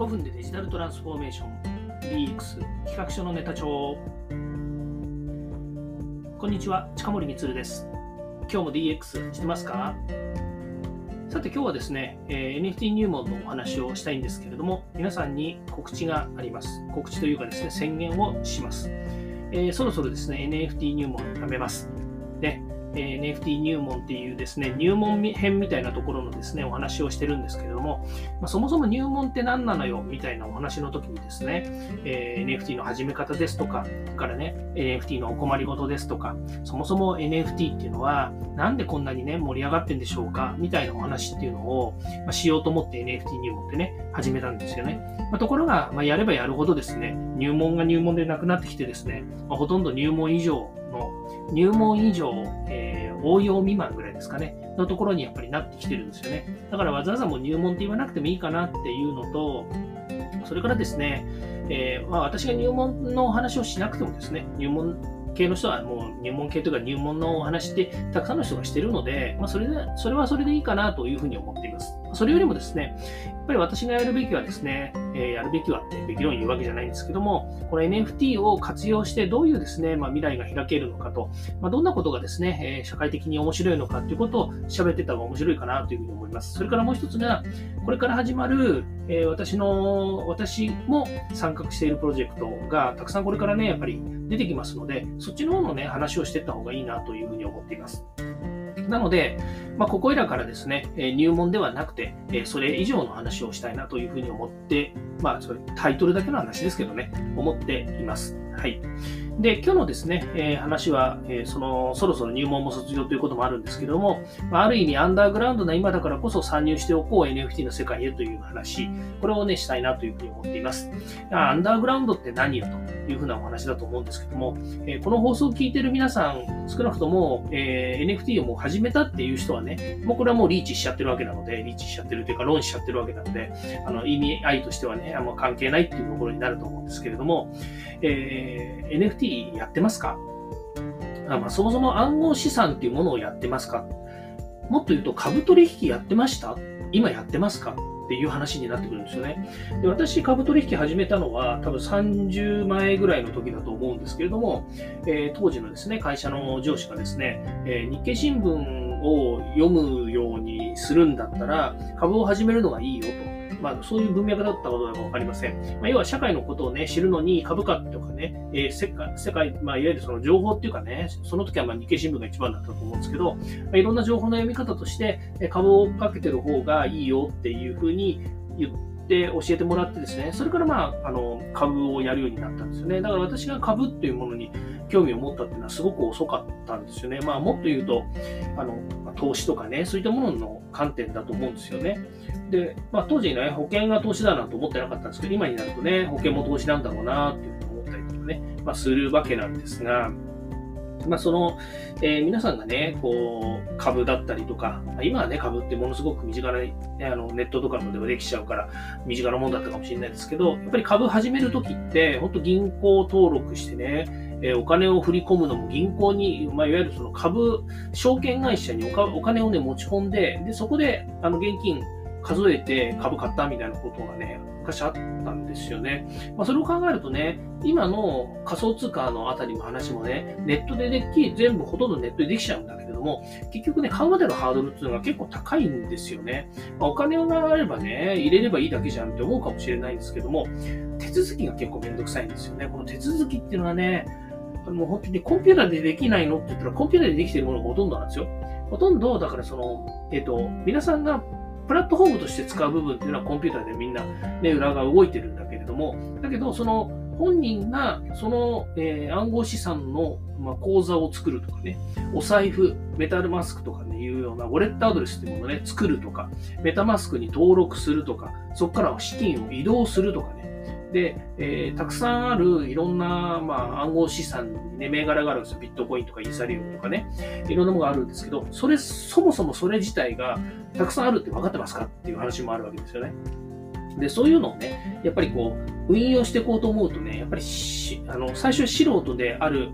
分でデジタルトランスフォーメーション DX 企画書のネタ帳。こんにちは、近森光です。今日も DX してますか？さて今日はですね、NFT 入門のお話をしたいんですけれども、皆さんに告知があります。告知というかですね、宣言をします。そろそろですね、NFT 入門やめます。で、NFT 入門っていうですね、入門編みたいなところのですね、お話をしてるんですけれども、そもそも入門って何なのよみたいなお話の時にですね、NFT の始め方ですとか、それからね、NFT のお困りごとですとか、そもそも NFT っていうのはなんでこんなにね、盛り上がってんでしょうかみたいなお話っていうのを、しようと思って NFT 入門ってね、始めたんですよね。ところが、やればやるほどですね、入門が入門でなくなってきてですね、ほとんど入門以上、応用未満ぐらいですかね、のところにやっぱりなってきてるんですよね。だからわざわざもう入門って言わなくてもいいかなっていうのと、それからですね、私が入門のお話をしなくてもですね、入門系の人はもう入門系というか入門のお話ってたくさんの人がしているので、それはそれでいいかなというふうに思っています。それよりもですね、やっぱり私がやるべきはですね、やるべきはってべき論言うわけじゃないんですけども、この NFT を活用してどういうですね、未来が開けるのかと、どんなことがですね、社会的に面白いのかということを喋ってた方が面白いかなというふうに思います。それからもう一つが、これから始まる、私も参画しているプロジェクトがたくさんこれからね、やっぱり出てきますので、そっちの方のね、話をしていった方がいいなというふうに思っています。なので、ここいらからですね、入門ではなくて、それ以上の話をしたいなというふうに思って、それタイトルだけの話ですけどね、思っています。はい。で、今日のですね、話は、そろそろ入門も卒業ということもあるんですけども、ある意味アンダーグラウンドな今だからこそ参入しておこう NFT の世界へという話、これをね、したいなというふうに思っています。アンダーグラウンドって何よというふうなお話だと思うんですけども、この放送を聞いている皆さん、少なくとも、NFT をもう始めたっていう人はね、もうこれはもうリーチしちゃってるわけなので、リーチしちゃってるというか、論しちゃってるわけなので、意味合いとしてはね、関係ないっていうところになると思うんですけれども、NFT やってますか？そもそも暗号資産っていうものをやってますか？もっと言うと株取引やってました？今やってますか？っていう話になってくるんですよね。で、私株取引始めたのは多分30前ぐらいの時だと思うんですけれども、当時のですね、会社の上司がですね、日経新聞を読むようにするんだったら株を始めるのがいいよと。そういう文脈だったことかわかりません。要は社会のことをね、知るのに株価とかね、世界、いわゆるその情報っていうかね、その時は日経新聞が一番だったと思うんですけど、いろんな情報の読み方として株をかけてる方がいいよっていうふうに言って教えてもらってですね、それから株をやるようになったんですよね。だから私が株っていうものに興味を持ったっていうのはすごく遅かったんですよね。もっと言うと、投資とかね、そういったものの観点だと思うんですよね。で、当時ね、保険が投資だなんて思ってなかったんですけど、今になるとね、保険も投資なんだろうなっていうふうに思ったりとかね、するわけなんですが、皆さんがね、株だったりとか、今はね、株ってものすごく身近な、ネットとかでもできちゃうから、身近なものだったかもしれないですけど、やっぱり株始めるときって、本当銀行登録してね、お金を振り込むのも銀行に、いわゆるその証券会社にお金をね、持ち込んで、そこで、現金数えて株買ったみたいなことがね、昔あったんですよね。それを考えるとね、今の仮想通貨のあたりの話もね、ネットで全部ほとんどネットでできちゃうんだけれども、結局ね、買うまでのハードルっていうのが結構高いんですよね。お金があればね、入れればいいだけじゃんって思うかもしれないんですけども、手続きが結構めんどくさいんですよね。この手続きっていうのはね、もう本当にコンピューターでできないのって言ったら、コンピューターでできているものがほとんどなんですよ。ほとんど、だから皆さんがプラットフォームとして使う部分っていうのはコンピューターでみんな、ね、裏側動いてるんだけれども、だけど、その本人がその、暗号資産の、口座を作るとかね、お財布、メタルマスクとかね、いうようなウォレットアドレスっていうものをね、作るとか、メタマスクに登録するとか、そこから資金を移動するとかね、で、たくさんあるいろんな、暗号資産にね、銘柄があるんですよ。ビットコインとかイーサリウムとかね、いろんなものがあるんですけど、そもそもそれ自体がたくさんあるって分かってますかっていう話もあるわけですよね。で、そういうのをね、やっぱり運用していこうと思うとね、やっぱり最初は素人である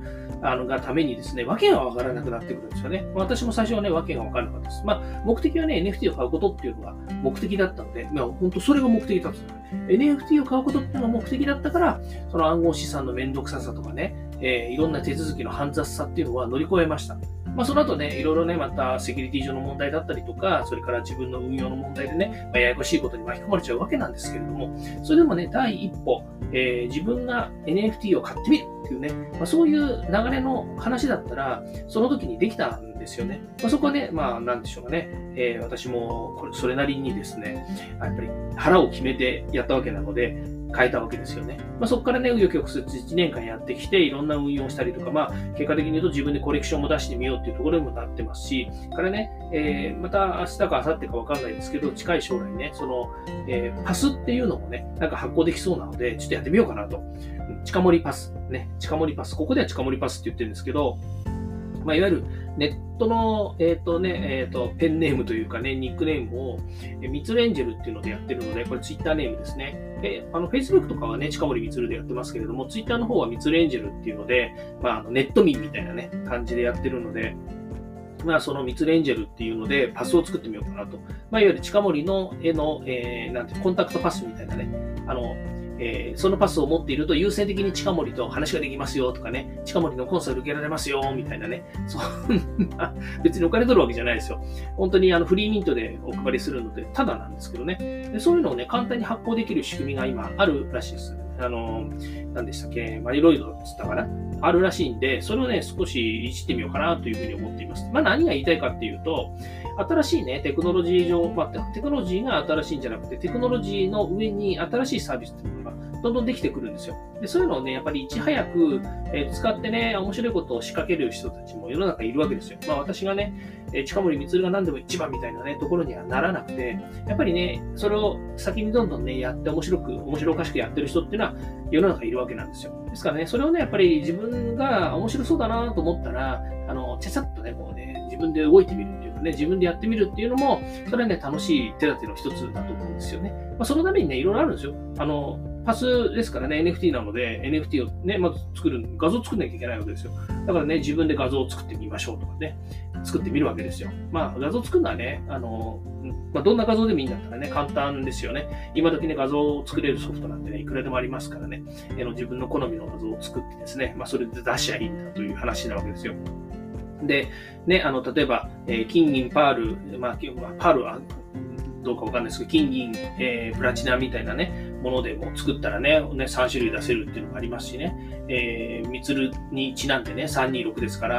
がためにですね、わけがわからなくなってくるんですよね。私も最初はね、わけがわからなかったです。目的はね、NFT を買うことっていうのが目的だったので、本当それが目的だったんです。NFT を買うことっていうのが目的だったから、その暗号資産のめんどくささとかね、いろんな手続きの煩雑さっていうのは乗り越えました。その後ね、いろいろね、またセキュリティ上の問題だったりとか、それから自分の運用の問題でね、ややこしいことに巻き込まれちゃうわけなんですけれども、それでもね、第一歩、自分が NFT を買ってみるっていうね、そういう流れの話だったら、その時にできたんですよね。そこはね、なんでしょうかね、私もそれなりにですね、やっぱり腹を決めてやったわけなので、変えたわけですよね。そこからね、紆余曲折1年間やってきて、いろんな運用をしたりとか、結果的に言うと自分でコレクションも出してみようっていうところにもなってますし、からね、また明日か明後日かわかんないですけど、近い将来ね、パスっていうのもね、なんか発行できそうなので、ちょっとやってみようかなと。近森パス。ね、近森パス。ここでは近森パスって言ってるんですけど、いわゆるネットの、ペンネームというかね、ニックネームを、ミツルエンジェルっていうのでやってるので、これツイッターネームですね。Facebook とかはね、近森みつるでやってますけれども、ツイッターの方はミツルエンジェルっていうので、ネット民みたいなね、感じでやってるので、そのミツルエンジェルっていうので、パスを作ってみようかなと。いわゆる近森の絵の、コンタクトパスみたいなね、そのパスを持っていると優先的に近森と話ができますよとかね、近森のコンサル受けられますよみたいなね、そんな、別にお金取るわけじゃないですよ。本当にフリーミントでお配りするので、ただなんですけどね。でそういうのをね、簡単に発行できる仕組みが今あるらしいです。何でしたっけ、マリロイドって言ったかなあるらしいんで、それをね、少しいじってみようかなというふうに思っています。何が言いたいかっていうと、新しいね、テクノロジー上、テクノロジーが新しいんじゃなくて、テクノロジーの上に新しいサービスっていうのがどんどんできてくるんですよ。でそういうのをね、やっぱりいち早く、使ってね、面白いことを仕掛ける人たちも世の中いるわけですよ。私がね、近森光が何でも一番みたいなね、ところにはならなくて、やっぱりね、それを先にどんどんね、やって面白おかしくやってる人っていうのは世の中いるわけなんですよ。ですからね、それをね、やっぱり自分が面白そうだなと思ったら、ちゃちゃっとね、自分で動いてみるっていうかね、自分でやってみるっていうのも、それはね、楽しい手立ての一つだと思うんですよね。そのためにね、いろいろあるんですよ。パスですからね、NFT なので、NFT をね、まず画像を作んなきゃいけないわけですよ。だからね、自分で画像を作ってみましょうとかね、作ってみるわけですよ。画像を作るのはね、どんな画像でもいいんだったらね、簡単ですよね。今時ね、画像を作れるソフトなんてね、いくらでもありますからね、自分の好みの画像を作ってですね、それで出しゃいいんだという話なわけですよ。で、ね、例えば、金銀パール、パールはどうかわかんないですけど、金銀、プラチナみたいなね、ものでも作ったらね、3種類出せるっていうのがありますしね、ミツルにちなんでね、326ですから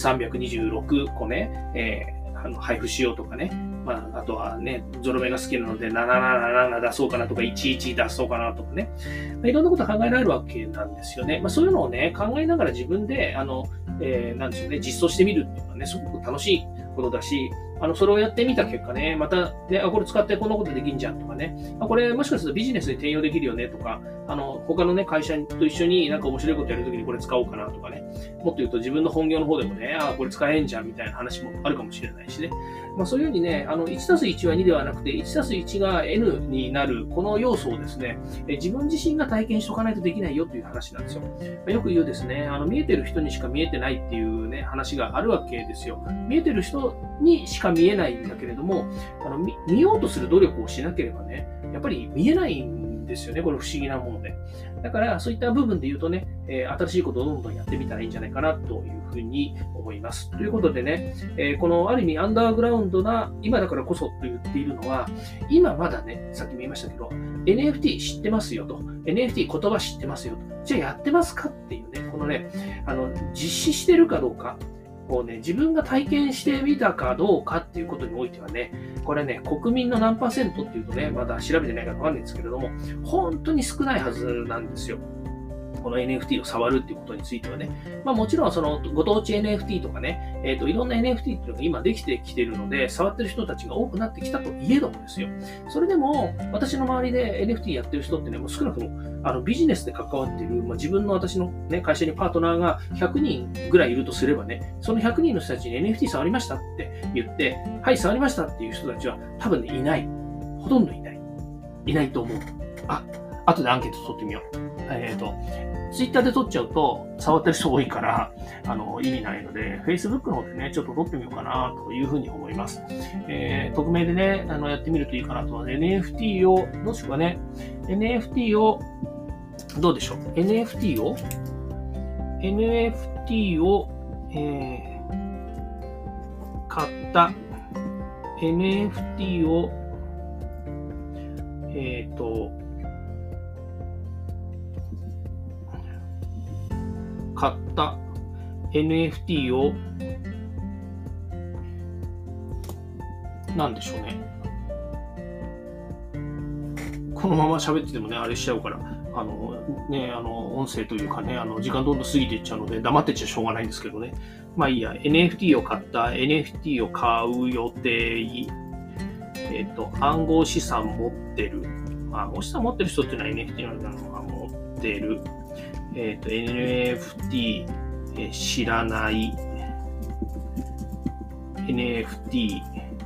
、326個ね、配布しようとかね、あとはね、ゾロ目が好きなので777出そうかなとか、11出そうかなとかね、いろんなこと考えられるわけなんですよね。そういうのをね、考えながら自分で、なんでしょうね、実装してみるっていうのはね、すごく楽しいことだし、それをやってみた結果ね、また、ね、これ使ってこんなことできんじゃんとかね、これもしかするとビジネスで転用できるよねとか、他のね、会社と一緒になんか面白いことやるときにこれ使おうかなとかね、もっと言うと自分の本業の方でもね、これ使えんじゃんみたいな話もあるかもしれないしね。そういうふうにね、1+1 は2ではなくて、1+1 が N になる、この要素をですね、自分自身が体験しておかないとできないよという話なんですよ。よく言うですね、見えてる人にしか見えてないっていうね、話があるわけですよ。見えてる人にしか見えないんだけれども、見ようとする努力をしなければね、やっぱり見えないんですよね、これ不思議なもので。だから、そういった部分で言うとね、新しいことをどんどんやってみたらいいんじゃないかなというふうに思います。ということでね、このある意味アンダーグラウンドな今だからこそと言っているのは、今まだね、さっきも言いましたけど、NFT 知ってますよと、NFT 言葉知ってますよと、じゃあやってますかっていうね、このね、実施してるかどうか、をね、自分が体験してみたかどうかっていうことにおいてはね、これね、国民の何%っていうとね、まだ調べてないからわかんないんですけれども、本当に少ないはずなんですよ。この NFT を触るっていうことについてはね。もちろんそのご当地 NFT とかね、いろんな NFT っていうのが今できてきているので、触ってる人たちが多くなってきたといえどもですよ。それでも、私の周りで NFT やってる人ってね、もう少なくとも、ビジネスで関わっている、自分の私のね、会社にパートナーが100人ぐらいいるとすればね、その100人の人たちに NFT 触りましたって言って、はい、触りましたっていう人たちは多分ね、いない。ほとんどいない。いないと思う。後でアンケート取ってみよう。 ツイッターで撮っちゃうと触ってる人多いから、意味ないので、Facebook の方でね、ちょっと撮ってみようかなというふうに思います。匿名でね、やってみるといいかなと。NFT を、どうしようかね。NFT を、どうでしょう。NFT を、買った NFT を、買った NFT を、なんでしょうね。このまま喋っててもね、あれしちゃうから、音声というかね、時間どんどん過ぎていっちゃうので、黙ってちゃしょうがないんですけどね。まあいいや、NFT を買った、NFT を買う予定、暗号資産持ってる。暗号資産持ってる人っていうのは NFT なんだろうな、持ってる。NFT、知らない。NFT、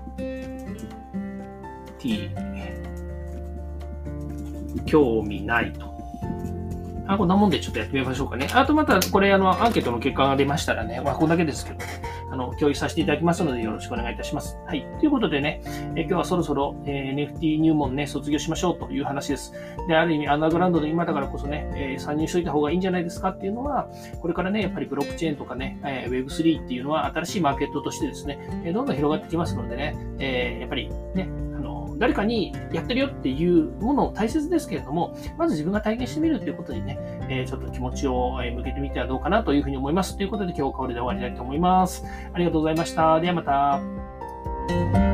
興味ないと。こんなもんでちょっとやってみましょうかね。あとまた、これ、アンケートの結果が出ましたらね、これだけですけど、共有させていただきますので、よろしくお願いいたします。はい。ということでね、今日はそろそろ、NFT 入門ね、卒業しましょうという話です。で、ある意味、アンダーグラウンドで今だからこそね、参入しといた方がいいんじゃないですかっていうのは、これからね、やっぱりブロックチェーンとかね、Web3 っていうのは新しいマーケットとしてですね、どんどん広がってきますのでね、やっぱりね、誰かにやってるよっていうものを大切ですけれども、まず自分が体験してみるっていうことにね、ちょっと気持ちを向けてみてはどうかなというふうに思います。ということで今日はこれで終わりたいと思います。ありがとうございました。ではまた。